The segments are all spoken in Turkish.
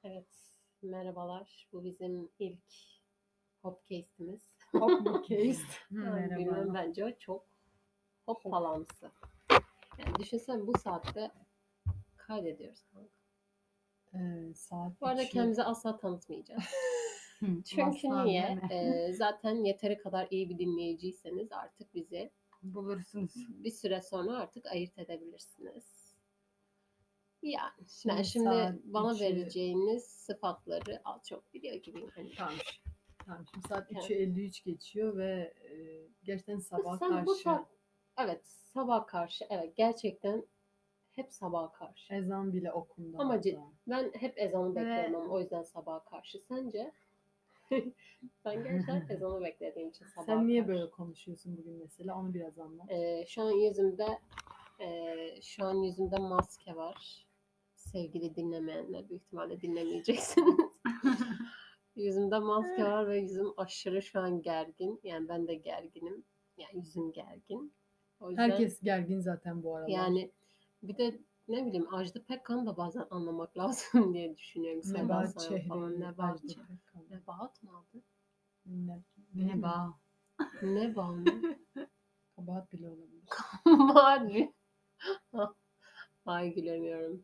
Evet, merhabalar. Bu bizim ilk Hopcase'imiz. Hop mu case? Yani bilmem Merhaba. bence o çok hop Hop. falansı. Yani düşünsene bu saatte kaydediyoruz kanka. Saat Bu arada 3'ü. kendimizi asla tanıtmayacağız. Çünkü Asla niye? deme. Zaten yeteri kadar iyi bir dinleyiciyseniz artık bizi Bulursunuz. bir süre sonra artık ayırt edebilirsiniz. Yani Şimdi şimdi saat bana 3'ü. vereceğiniz sıfatları az çok biliyor gibiyim. Hani Tamam. Tamam. Şimdi saat Evet. 3'ü 53 geçiyor ve gerçekten sabah sen bu karşı saat evet sabah karşı evet gerçekten hep sabaha karşı. ezan bile okundu Ama hatta. ben hep ezanı bekliyorum Ve ama o yüzden sabaha karşı. Sence? Ben gerçekten ezanı beklediğim için sabaha Sen niye karşı. böyle konuşuyorsun bugün mesela? Onu biraz anlat. Şu an yüzümde maske var. Sevgili dinlemeyenler büyük ihtimalle dinlemeyeceksiniz. Yüzümde maske var ve yüzüm aşırı şu an gergin. Yani ben de gerginim. Yani yüzüm gergin. O yüzden Herkes gergin zaten bu aralar. yani bir de ne bileyim Ajda Pekkan'ı da bazen anlamak lazım diye düşünüyorum. Seda Nebahat Sayan falan. Çehre'yi, Nebahat Ajda Çehre. Pekkan. Nebahat mı adı? ne bağ. Neba mı? Kabahat bile olabilir. Harbi. Ay gülemiyorum.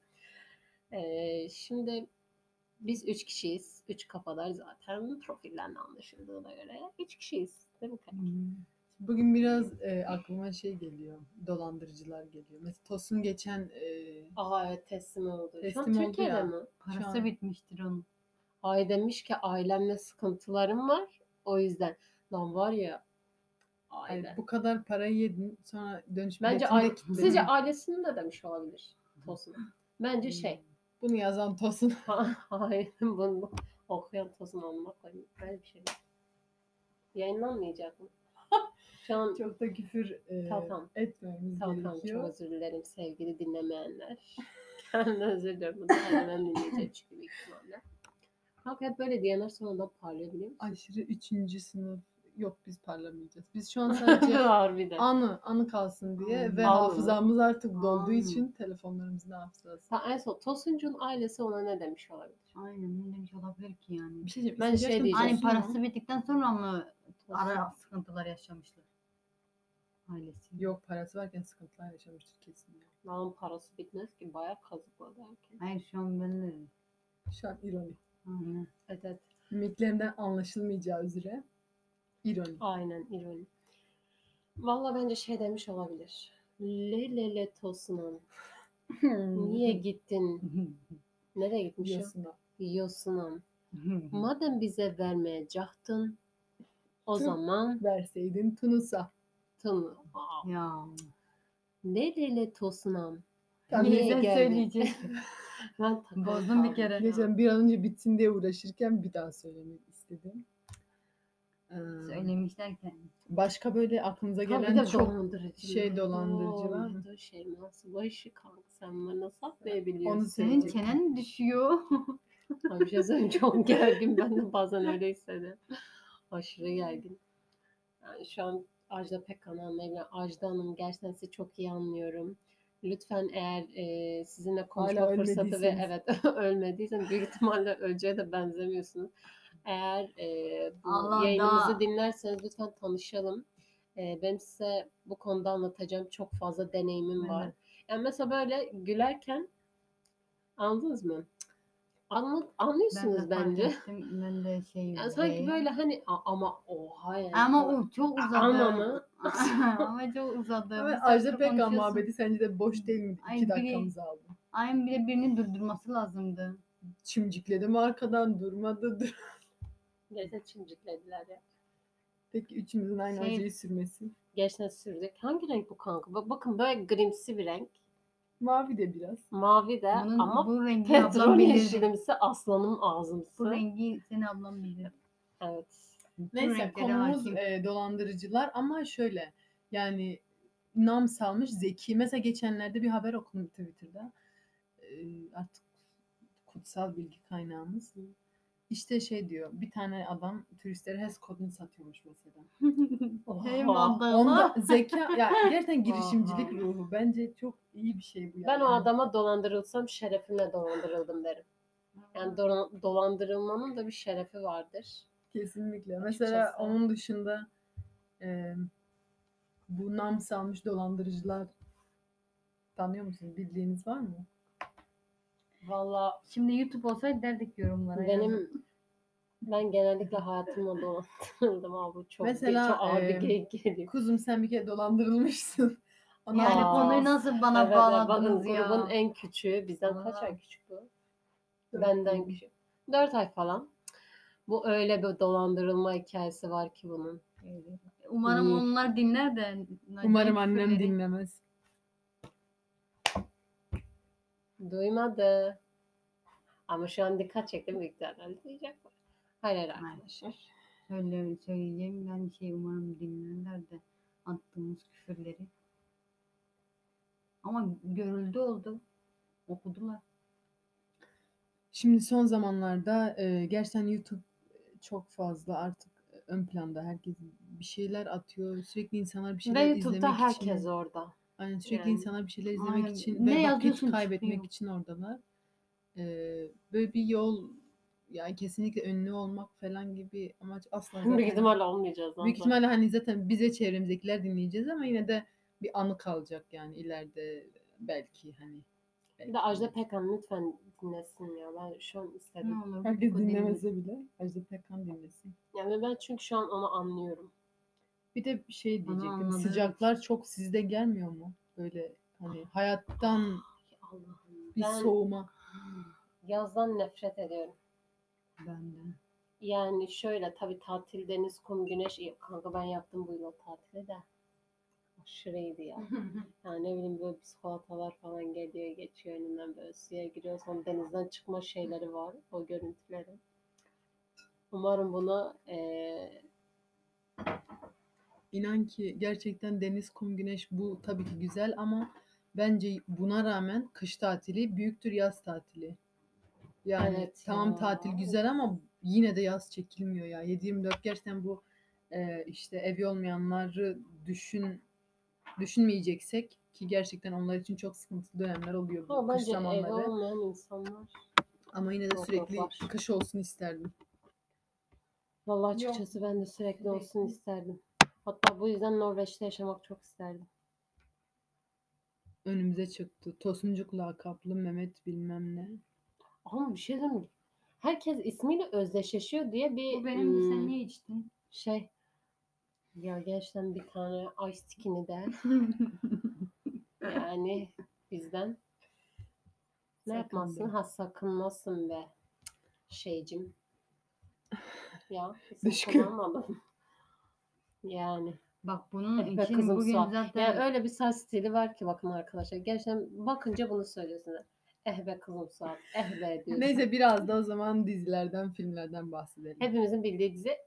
Şimdi biz 3 kişiyiz. 3 kafadar zaten profilden anlaşıldığına göre. 3 kişiyiz. Değil mi? Bugün biraz aklıma şey geliyor. Dolandırıcılar geliyor. Mesela Tosun geçen Evet teslim oldu. Şu an teslim oldu Türkiye'de ya. mi? Parası an- bitmiştir onun. Ay demiş ki ailemle sıkıntılarım var. O yüzden. Lan var ya aile. bu kadar parayı yedin sonra dönüş Bence biletini de kilitledin. sizce ailesini de demiş olabilir Tosun. Bence Bunu yazan Tosun. hayır bunu okuyan Tosun olmak böyle bir şey değil. Yayınlanmayacak mı? Şu an Çok da küfür Tamam. etmemiz Tamam çok gerekiyor. özür dilerim sevgili dinlemeyenler. Kendimden özür diliyorum. Bu da hemen dinleyecek çünkü büyük ihtimalle. Kanka hep böyle diyenler sonradan parlıyor biliyor musun? Aşırı 3. sınıf. Yok biz parlamayacağız. Biz şu an sadece Harbiden. anı kalsın diye ve Anı. hafızamız artık dolduğu Anı. için telefonlarımızın hafızası. En son Tosuncu'nun ailesi ona ne demiş olabilir? Aynen ne demiş olabilir ki yani. Bir şey diyeceğim. Ben Sen şey gerçekten diyeceğim. Hani Tosun mu? parası bittikten sonra mı Tosun. ara sıkıntılar yaşamışlar? Ailesi. Yok parası varken sıkıntılar yaşamıştır kesin. Ya. Lan parası bitmez ki bayağı kazıkladı herkes. Hayır şu an belli. Şu an ironi. Aynen. Evet. Mimiklerinden anlaşılmayacağı üzere ironi. Aynen ironi. Valla bence şey demiş olabilir. Le Tosun'um. Niye gittin? Nereye gitmiş Diyorsun o? Yosun'um. Madem bize vermeyecektin o Tüm zaman verseydin Tunus'a. tın. Ya. Le Tosun'um. Ben Niye Niye sen geldin? söyleyeceksin? Ben takıldım Bozdum bir kaldım. kere. Geçen bir an önce bitsin diye uğraşırken bir daha söylemek istedim. Söylemişlerken. Başka böyle aklınıza Kanka bir gelen de çok dolandırıcı. dolandırıcı var mı? Şey nasıl başı kanka sen bana saklayabiliyorsun. Onu Senin söyleyecektim. çenen düşüyor. Ay bir şey söyleyeyim çok gergin. Ben de bazen öyle hissediyorum. Aşırı gergin. Yani şu an Ajda Pekkan'ı anlayabiliyorum. Ajda Hanım gerçekten sizi çok iyi anlıyorum. Lütfen eğer sizinle konuşma Hala fırsatı ve ölmediyseniz. evet ölmediysen büyük ihtimalle öleceğe de benzemiyorsunuz. Eğer bu Allah yayınımızı da. dinlerseniz lütfen tanışalım. Benim size bu konuda anlatacağım çok fazla deneyimim Ben var. de. Yani mesela böyle gülerken anladınız mı? Ben Anlıyorsunuz de fark bence. ettim. Ben de Yani sanki böyle hani ama oha yani. Ama o çok uzadı. Ama mı? Ama çok uzadı. Ama Bir Ajda saattir Pekkan konuşuyorsun. muhabbeti sence de boş değil mi? Ay, 2 dakikamızı aldı. Ayın bile birini durdurması lazımdı. Çimcikledi mi arkadan durmadı. Neyse çimciklediler ya. Peki üçümüzün aynı Şey- acıyı sürmesi. Gerçekten sürdük. Hangi renk bu kanka? Bakın böyle grimsi bir renk. Mavi de biraz. Mavi de ama Bu rengi ablam petrol bilir. yeşilimsi aslanım ağzımsı. Bu rengi seni ablam bilir. Evet. Bütün Neyse renklere konumuz hakim. dolandırıcılar ama şöyle yani nam salmış zeki. Mesela geçenlerde bir haber okudum Twitter'da. Artık kutsal bilgi kaynağımız. İşte şey diyor bir tane adam turistlere HES kodunu satıyormuş mesela. Eyvallah. Onda zeka ya gerçekten girişimcilik Oha. ruhu bence çok iyi bir şey bu yani. Ben o adama dolandırılsam şerefimle dolandırıldım derim. Yani dolandırılmanın da bir şerefi vardır. Kesinlikle. Mesela Açıkçası. onun dışında bu nam salmış dolandırıcılar tanıyor musunuz? Bildiğiniz var mı? Valla Şimdi YouTube olsaydı derdik yorumlara. yani. ben genellikle hayatımla dolandırıldım abi. Bu çok Mesela, ağır bir geyik geliyor. Kuzum sen bir kere dolandırılmışsın. Onu Yani anlatır konuyu mısın? nasıl bana Evet, bakın bağladınız grubun ya? en küçüğü. Bizden kaç Allah. ay küçük bu? Dört Benden ay. küçük. 4 ay falan. Bu öyle bir dolandırılma hikayesi var ki bunun. Umarım İyi. onlar dinler de. Umarım acayip annem küfürleri- dinlemez. Duymadı. Ama şu an dikkat çektim. Büyük ihtimalle duyacaklar. Hayır arkadaşlar. Öyle söyleyeceğim. Ben umarım dinlerler de attığımız küfürleri. Ama görüldü oldu. Okudular. Şimdi son zamanlarda gerçekten YouTube çok fazla artık ön planda. Herkes bir şeyler atıyor. Sürekli insanlar bir Ve şeyler YouTube'da izlemek herkes için. orada. Yani sürekli Yani. insanlar bir şeyler izlemek Aynen. için Ne ve vakit yazıyorsun kaybetmek çıkıyor. için oradalar. Böyle bir yol, yani kesinlikle ünlü olmak falan gibi amaç asla Büyük zaten. ihtimalle olmayacağız. Büyük ihtimalle hani zaten bize çevremizdekiler dinleyeceğiz ama yine de bir anı kalacak yani ileride belki hani. Bir de Ajda Pekkan lütfen dinlesin ya. Ben şu an Ne istedim. olur. Herkes bu dinle. dinlemese bile Ajda Pekkan dinlesin. Yani ben çünkü şu an onu anlıyorum. Bir de bir şey Onu diyecektim. anladım. Sıcaklar çok sizde gelmiyor mu? Böyle hani hayattan Allah'ım. bir Ben soğuma. yazdan nefret ediyorum. Ben de. Yani şöyle tabii tatil, deniz, kum, güneş iyi. Kanka ben yaptım bu yıl tatili de. Aşırı iyiydi ya. Yani ne bileyim böyle psikolatalar falan geliyor geçiyor önünden böyle suya giriyor. Sonra denizden çıkma şeyleri var. O görüntüleri. Umarım bunu İnan ki gerçekten deniz, kum, güneş bu tabii ki güzel ama bence buna rağmen kış tatili büyüktür yaz tatili. Yani Evet tamam ya. tatil güzel ama yine de yaz çekilmiyor ya. 7/24 gerçekten bu işte evi olmayanları düşünmeyeceksek ki gerçekten onlar için çok sıkıntılı dönemler oluyor bu Ama kış bence evi zamanları. olmayan insanlar Ama yine de yok sürekli var. kış olsun isterdim. Vallahi açıkçası ben de sürekli olsun isterdim. Hatta bu yüzden Norveç'te yaşamak çok isterdim. Önümüze çıktı. Tosuncuk lakaplı Mehmet bilmem ne. Ama bir şey diyeyim mi? Herkes ismiyle özdeşleşiyor diye bir Bu benim de sen niye içtin? şey. Ya gerçekten bir tane ice tea'ni de yani bizden ne yapmazsın? Ha sakınmasın be şeycim. Ya isim Dışkı. kullanmadım. Yani. Bak bunun Eh be için kızım bugün Suat. zaten Yani öyle bir saç stili var ki bakın arkadaşlar. Gerçekten bakınca bunu söylüyorsunuz. Eh be kızım Suat. Eh be diyorsun. Neyse biraz da o zaman dizilerden, filmlerden bahsedelim. Hepimizin bildiği dizi.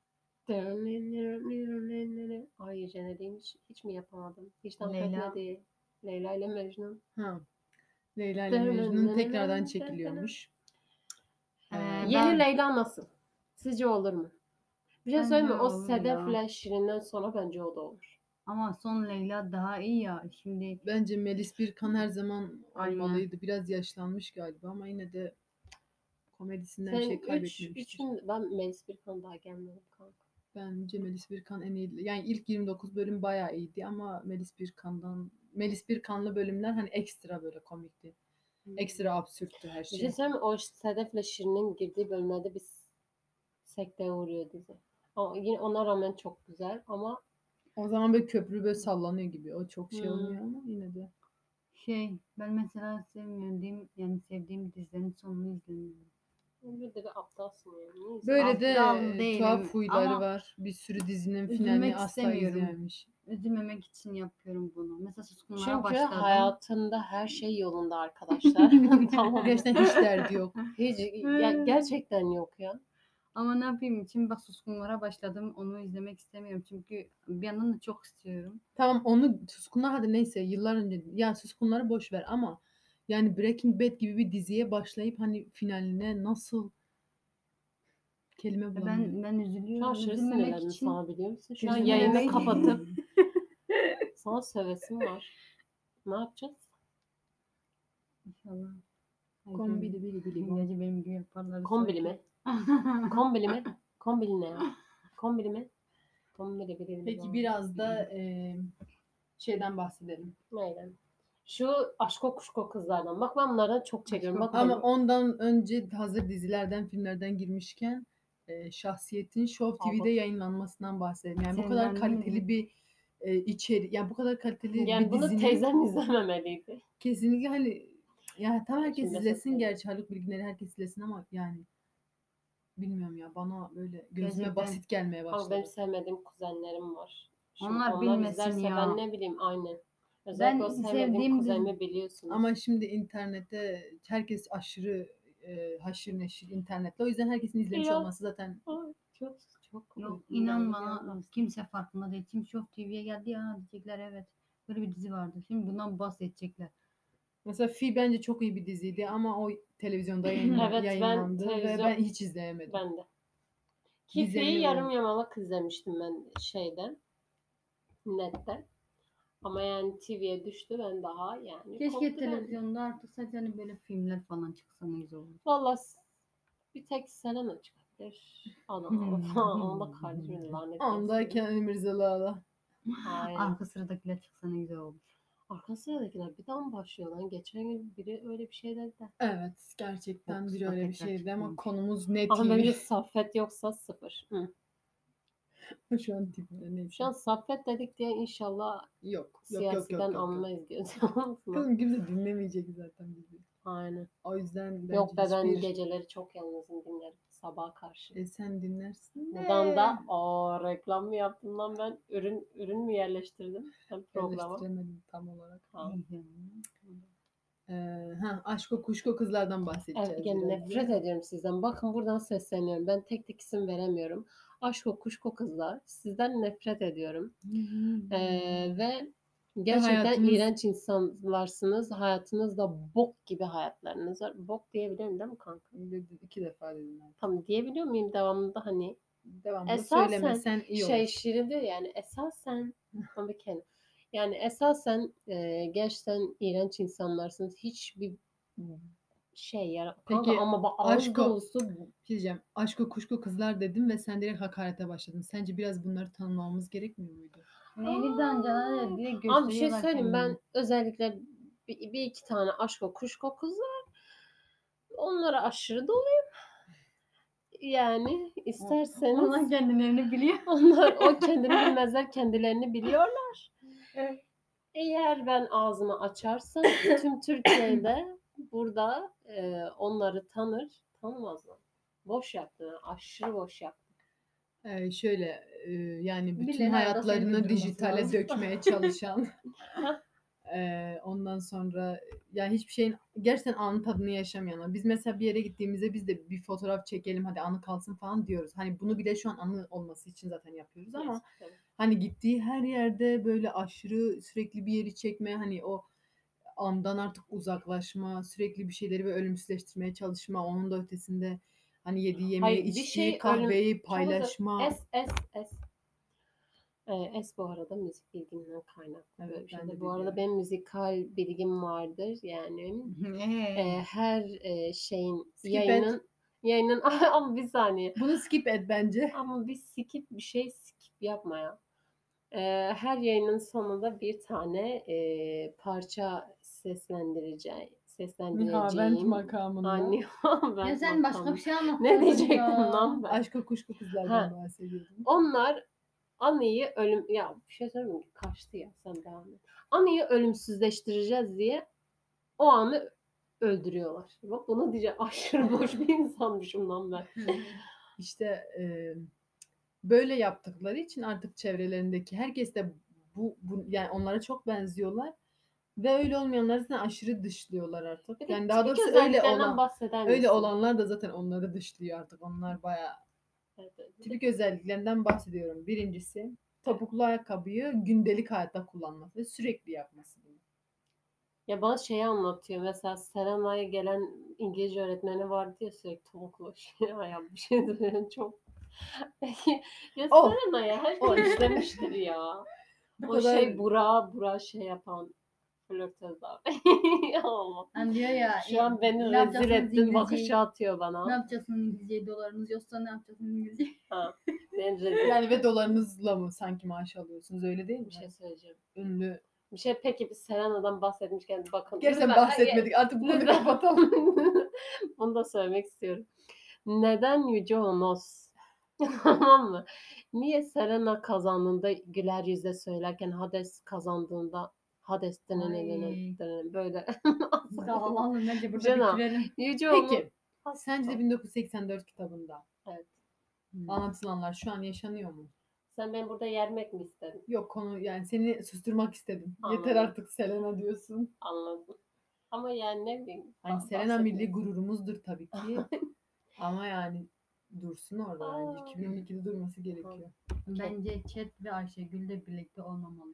Ay jeneriğim hiç mi yapamadım? Hiç tam Leyla. etmedi. Leyla ile Mecnun. Ha. Leyla ile Mecnun tekrardan çekiliyormuş. Yeni ben Leyla nasıl? Sizce olur mu? Bir şey Bence söyleyeyim mi? O olur Sedef'le ya. Şirin'den sonra bence o da olur. ama son Leyla daha iyi ya. Şimdi Bence Melis Birkan her zaman Aynen. olmalıydı. Biraz yaşlanmış galiba ama yine de komedisinden bir Sen şey kaybetmemiştir. ben Melis Birkan daha gelmedim kanka. Bence Melis Birkan en iyi. Yani ilk 29 bölüm bayağı iyiydi ama Melis Birkan'lı bölümler hani ekstra böyle komikti. Ekstra absürttü her Bir şey şey. söyleyeyim mi? O Sedef'le Şirin'in girdiği bölümlerde bir sekteye uğruyor dizi. Ama yine ona rağmen çok güzel ama O zaman böyle köprü böyle sallanıyor gibi. O çok şey Hmm. olmuyor ama yine de. ben mesela sevdiğim dizilerin sonunu izlemiyorum. bir de bir aptalsın yani. Niye Böyle de Aptal değilim tuhaf huyları ama var. Bir sürü dizinin üzülmek finalini asla istemiyorum. izlememiş. Üzülmemek için yapıyorum bunu. Mesela Suskunlar'a Çünkü başladım. hayatında her şey yolunda arkadaşlar. Tamam. Gerçekten hiç derdi yok. Hiç, ya gerçekten yok ya. Ama ne yapayım? Şimdi bak Suskunlar'a başladım. Onu izlemek istemiyorum. Çünkü bir yandan da çok istiyorum. Tamam onu Suskunlar hadi neyse yıllar önce ya Suskunları boş ver ama yani Breaking Bad gibi bir diziye başlayıp hani finaline nasıl kelime bulamıyorum. Ben Şu an üzülüyorum. aşırı Üzülmemek sinirlendim için sana biliyor musun? Şu an Üzülmemek yayını için. kapatıp sana sövesim var. Ne yapacağız? İnşallah. Kombili bili bili. İngilizce benim gibi yaparlar. Kombili mi? Kombili mi? Kombili ne ya? Kombili mi? Kombili bili. Peki biraz da şeyden bahsedelim. Neyden? Şu aşko kuşko kızlardan. Bak ben bunlardan çok çekiyorum. Bak Ama benim- ondan önce hazır dizilerden, filmlerden girmişken Şahsiyet'in Show TV'de Abi. yayınlanmasından bahsedelim. Yani bu Senin kadar annen kaliteli mi? bir içerik, yani bu kadar kaliteli yani bir bunu dizinin teyzem izlememeliydi. kesinlikle hani yani tam herkes Şimdi izlesin, mesela- gerçi Haluk Bilginer'i herkes izlesin ama yani bilmiyorum ya, bana böyle gözüme Gerçekten. basit gelmeye Ama başladı. benim sevmediğim kuzenlerim var. Şimdi Onlar bilmesin izlerse ya. ben ne bileyim aynen. Özellikle Ben o sevmediğim sevdiğim kuzenimi biliyorsunuz. Ama şimdi internette herkes aşırı haşır neşir internetle. O yüzden herkesin izlemiş Ya. olması zaten Ay, çok Yok uygun inan yani bana gelmez. kimse farkında değil. Kim Show TV'ye geldi ya diyecekler evet. Böyle bir dizi vardı. Şimdi bundan bahsedecekler. mesela Fi bence çok iyi bir diziydi ama o televizyonda Evet, yayınlandı ben ve televizyon- ben hiç izleyemedim. Ben de. Gizemli Kifi'yi yarım ve- yamalak izlemiştim ben şeyden. Netten. Ama yani TV'ye düştü ben daha yani. Keşke koptu ben. televizyonda artık sadece hani böyle filmler falan çıksa ne güzel olur. Valla bir tek Selena çıkabilir. Adam falan. Onda kardeşimin lanet Onda etsin. Kenan İmirzalıoğlu. Aynen. Arka sıradakiler çıksa ne güzel olur. Arka sıradakiler bir daha mı başlıyor lan? Geçen gün biri öyle bir şey dedi de. Evet, gerçekten Yok, bir öyle bir tekrar şeydi ama çıkmamış. konumuz ne Ama TV? bence Saffet yoksa sıfır. Hı. Şu an tipinde neyse. Şu an Saffet dedik diye inşallah Yok. siyasiden almayız gözümüzü. Kızım kimse dinlemeyecek zaten bizi. Aynen. O yüzden bence Yok be ben hiçbir... geceleri çok yalnızım dinlerim. Sabaha karşı. Sen dinlersin de. Buradan da reklam mı yaptım lan ben? Ürün mü yerleştirdim? Ben programa. Yerleştiremedim tam olarak. Ha. Aşko Kuşko Kızlardan bahsedeceğiz. Evet, yani biraz nefret da. ediyorum sizden. Bakın buradan sesleniyorum. Ben tek tek isim veremiyorum. Aşko kuşko kızlar. Sizden nefret ediyorum. Ve gerçekten hayatımız- iğrenç insanlarsınız. Hayatınızda bok gibi hayatlarınız var. Bok diyebilirim değil mi kanka? Dedim, 2 defa dedim. Ben. Tamam diyebiliyor muyum devamında hani? Devamlı Esasen söylemesen iyi olur. şey şirindir yani esasen ama bir kere. Yani esasen gerçekten iğrenç insanlarsınız. Hiçbir şey ya. Kanka Peki, ama bak ağız aşko- dolusu Bir şey diyeceğim. Aşko Kuşko Kızlar dedim ve sen direkt hakarete başladın. Sence biraz bunları tanımlamamız gerekmiyor muydu? Neydi Dancana diye gösteriyorlar ama bir şey söyleyeyim ben kendini. özellikle bir iki tane aşko kuşko kızlar onlara aşırı doluyum. Yani isterseniz Onlar kendilerini biliyor. onlar o kendini bilmezler kendilerini biliyorlar. Evet. Eğer ben ağzımı açarsam tüm Türkiye'de burada onları tanımazlar. Boş yaptı. Aşırı boş yaptı. Şöyle yani bütün Birileri arada seni hayatlarını durdurması dijitale lazım. dökmeye çalışan ondan sonra yani hiçbir şeyin gerçekten anın tadını yaşamayanlar. Biz mesela bir yere gittiğimizde biz de bir fotoğraf çekelim hadi anı kalsın falan diyoruz. Hani bunu bile şu an anı olması için zaten yapıyoruz ama hani gittiği her yerde böyle aşırı sürekli bir yeri çekme, hani o andan artık uzaklaşma, sürekli bir şeyleri ve ölümsüzleştirmeye çalışma, onun da ötesinde hani yediği yemeği, Hayır, bir içtiği şey kahveyi Çok özür- paylaşma. Es bu arada müzik bilgimden kaynaklı Evet, böyle bir ben şeydir. de Bu arada biliyorum. benim müzikal bilgim vardır. Yani Ee, her şeyin Skip yayının ama bir saniye. Bunu skip et bence. Ama bir şey skip yapma ya. Her yayının sonunda bir tane parça Nihavent makamında. ya sen başka bir şey anlattın. Ne diyecektim ya. lan ben? Aşko Kuşko Kızlardan bahsediyordum. Onlar Anı'yı ya bir şey söyleyeyim mi? Kaçtı ya sen devam et. Anı'yı ölümsüzleştireceğiz diye o anı öldürüyorlar. Bak bunu diyeceğim. Aşırı boş bir insanmışım lan ben. İşte böyle yaptıkları için artık çevrelerindeki herkes de bu yani onlara çok benziyorlar ve öyle olmayanları zaten aşırı dışlıyorlar artık. Bir de Yani daha tipik doğrusu özelliklerinden bahseder misin? öyle olanlar da zaten onları dışlıyor artık. Onlar bayağı Evet. tipik özelliklerinden bahsediyorum. Birincisi topuklu ayakkabıyı gündelik hayatta kullanması ve sürekli yapması. Ya bana şeyi anlatıyor. Mesela Serenay'a gelen İngilizce öğretmeni vardı ya sürekli topuklu şey ya bir şey söyleyeyim çok. Ya Oh! Serenay'a her şey işlemiştir ya. Bu O kadar şey Burak şey yapan Flörtöz abi. Allah. Hani diyor ya. Şu an beni ne rezil yapacaksınız ettin İngilizceyi? bakışı atıyor Ne bana. yapacaksınız İngilizceyi? Dolarınız yoksa ne yapacaksınız İngilizceyi? Ha, beni rezil. Yani ve dolarınızla mı sanki maaş alıyorsunuz, öyle değil mi? Bir şey söyleyeceğim. Ünlü. Bir şey peki biz Selena'dan bahsetmişken bakın. Gerçekten lütfen- bahsetmedik. Artık bu konuyu Lütfen. kapatalım. Bunu da söylemek istiyorum. Neden Yüce Honos? Tamam mı? Niye Selena kazandığında güler yüzle söylerken Hades kazandığında Hades Ay. böyle Alalım bence burada Canım. bitirelim. Yüce Honos. Peki. Sence de 1984 kitabında Evet. anlatılanlar şu an yaşanıyor mu? Sen beni burada yermek mi istedin? Yok, konu yani seni susturmak istedim. Yeter Anladım. artık Selena diyorsun. Anladım. Ama yani ne bileyim. Hani Selena milli gururumuzdur tabii ki. Ama yani dursun orada Aa. bence. 2012'de durması gerekiyor. Bence Chat ve Ayşegül de birlikte olmamalı.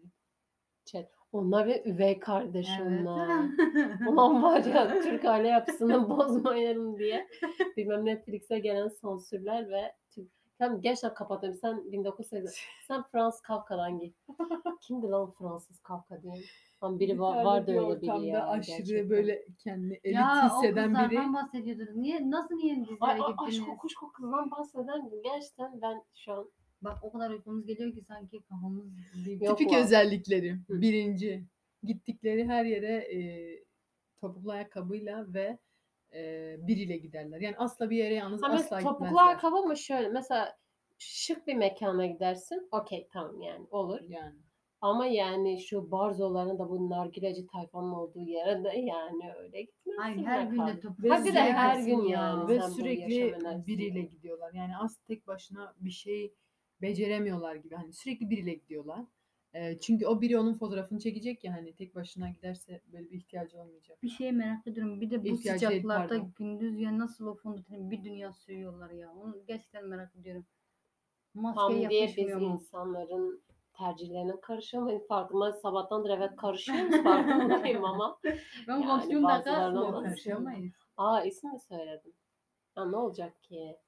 Onlar ve üvey kardeş Evet. onlar. Ulan var ya Türk aile yapısını bozmayalım diye. Bilmem Netflix'e gelen sansürler ve Tamam gerçekten kapatıyorum. Sen 1980 sen Fransız Kafka'dan git. Kimdi lan Fransız Kafka diye? Lan biri Bir tane vardı bir öyle biri ortamda ya. aşırı gerçekten. böyle kendini elit Ya o hisseden biri. kızlardan bahsediyordur. Nasıl yeni dizilere Ay, gittiniz? aşk kuşku kızdan bahseden gerçekten ben şu an Bak o kadar uykumuz geliyor ki sanki kafamız bir... Yok Tipik lan. özellikleri. Hı. Birinci, gittikleri her yere topuklu ayakkabıyla ve biriyle giderler. Yani asla bir yere yalnız Ha, asla mesela topuklu gitmezler. ayakkabı mı şöyle mesela şık bir mekana gidersin. Okey tamam yani olur. Yani. Ama yani şu barzoların da bu nargileci tayfanın olduğu yere de yani öyle gitmezsin. Hayır her be gün de kardeşim. topuklu Ha bir de her giyemezsin gün ya. yani. Ve sen bu sürekli yaşam enerjisiyle. biriyle gidiyorlar. Yani az tek başına bir şey beceremiyorlar gibi. Hani sürekli biriyle gidiyorlar. Çünkü o biri onun fotoğrafını çekecek ya, hani tek başına giderse böyle bir ihtiyacı olmayacak. Bir şeye merak ediyorum. Bir de bu İhtiyacı değil, sıcaklarda pardon. gündüz ya nasıl o fondöteni bir dünya sürüyorlar ya. Onu gerçekten merak ediyorum. Maske Tam diye biz yakışmıyor mu? insanların tercihlerine karışamayız. Farkındayız. Sabahtandır evet karışıyoruz farkındayım ama. Ben Yani kostüm bazılarına takar da- karışamayız. Aa isim mi söyledim? Ha ne olacak ki?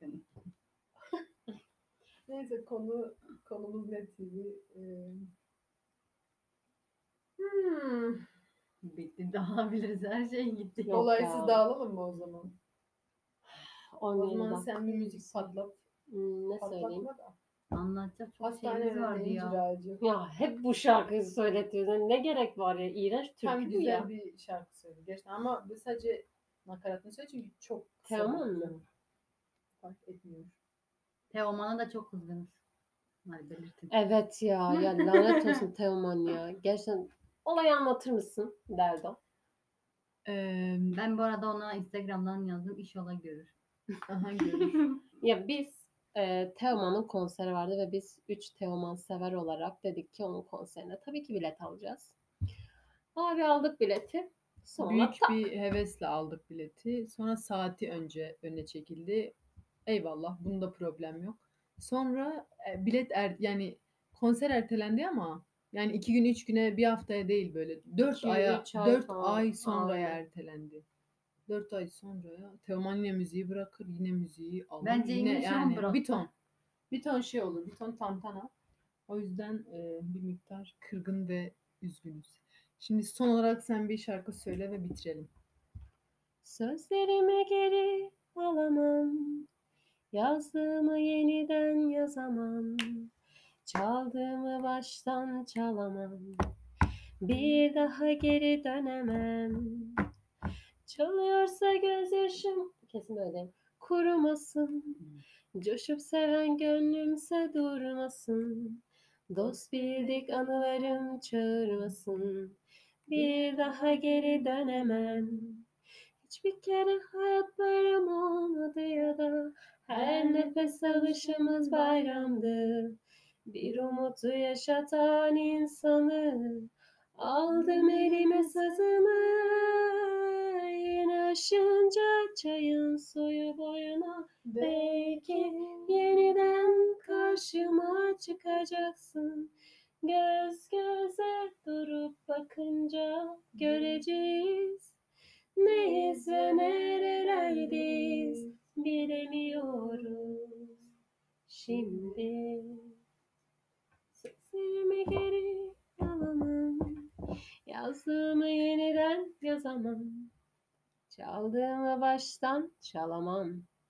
Neyse konumuz ne TV? Bitti dağılabiliriz. Her şey gitti. Yok Olaysız ya. dağılalım mı o zaman? 10 O zaman dakika. sen bir müzik patlat. Ne söyleyeyim? Patlatma da. Anlatacak çok Hastane şeyimiz vardı önünde ya. incir ağacı. Ya hep bu şarkıyı söyletiyorsun. Ne gerek var ya? İğrenç Tam türkü bu güzel ya. bir şarkı söyle. Gerçekten ama bu sadece nakaratını söyle çünkü çok kısa. Teoman bir mı? konu. Fark etmiyor. Teoman'a da çok kızgınız. Hadi belirtin. Evet ya. Ya lanet olsun Teoman ya. Gerçekten olayı anlatır mısın? Derdi. Ben bu arada ona Instagram'dan yazdım. İnşallah görür. Aha görür. Ya biz Teoman'ın konseri vardı ve biz 3 Teoman sever olarak dedik ki onun konserine tabii ki bilet alacağız. Abi aldık bileti. Sonra Büyük tak. bir hevesle aldık bileti. Sonra saati öne çekildi. Eyvallah, bunda problem yok. Sonra yani konser ertelendi ama yani 2 gün 3 güne, bir haftaya değil, böyle 4 2, aya 3 ay 4 falan. ay sonraya Aynen. ertelendi. 4 ay sonraya Teoman yine müziği bırakır, yine müziği alır. Bence yine şu an yani bıraktı. bir ton şey olur, bir ton tantana. O yüzden bir miktar kırgın ve üzgünüz. Şimdi son olarak sen bir şarkı söyle ve bitirelim. Sözlerimi geri alamam. Yazdığımı yeniden yazamam. Çaldığımı baştan çalamam. Bir daha geri dönemem. Çalıyorsa gözyaşım kesin öyle. Kurumasın. Coşup seven gönlümse durmasın. Dost bildik anılarım çağırmasın. Bir daha geri dönemem. Hiçbir kere hayat bayram olmadı ya da her nefes alışımız bayramdı. Bir umutu yaşatan insanı aldım elime sazımı. Yine aşınca çayın suyu boyuna belki yeniden karşıma çıkacaksın. Göz göze durup bakınca göreceğiz. Neyiz ve nerelerdeyiz bilemiyoruz. Şimdi sesimi geri alamam. Yazdığım zaman. Çaldığımı baştan çalamam.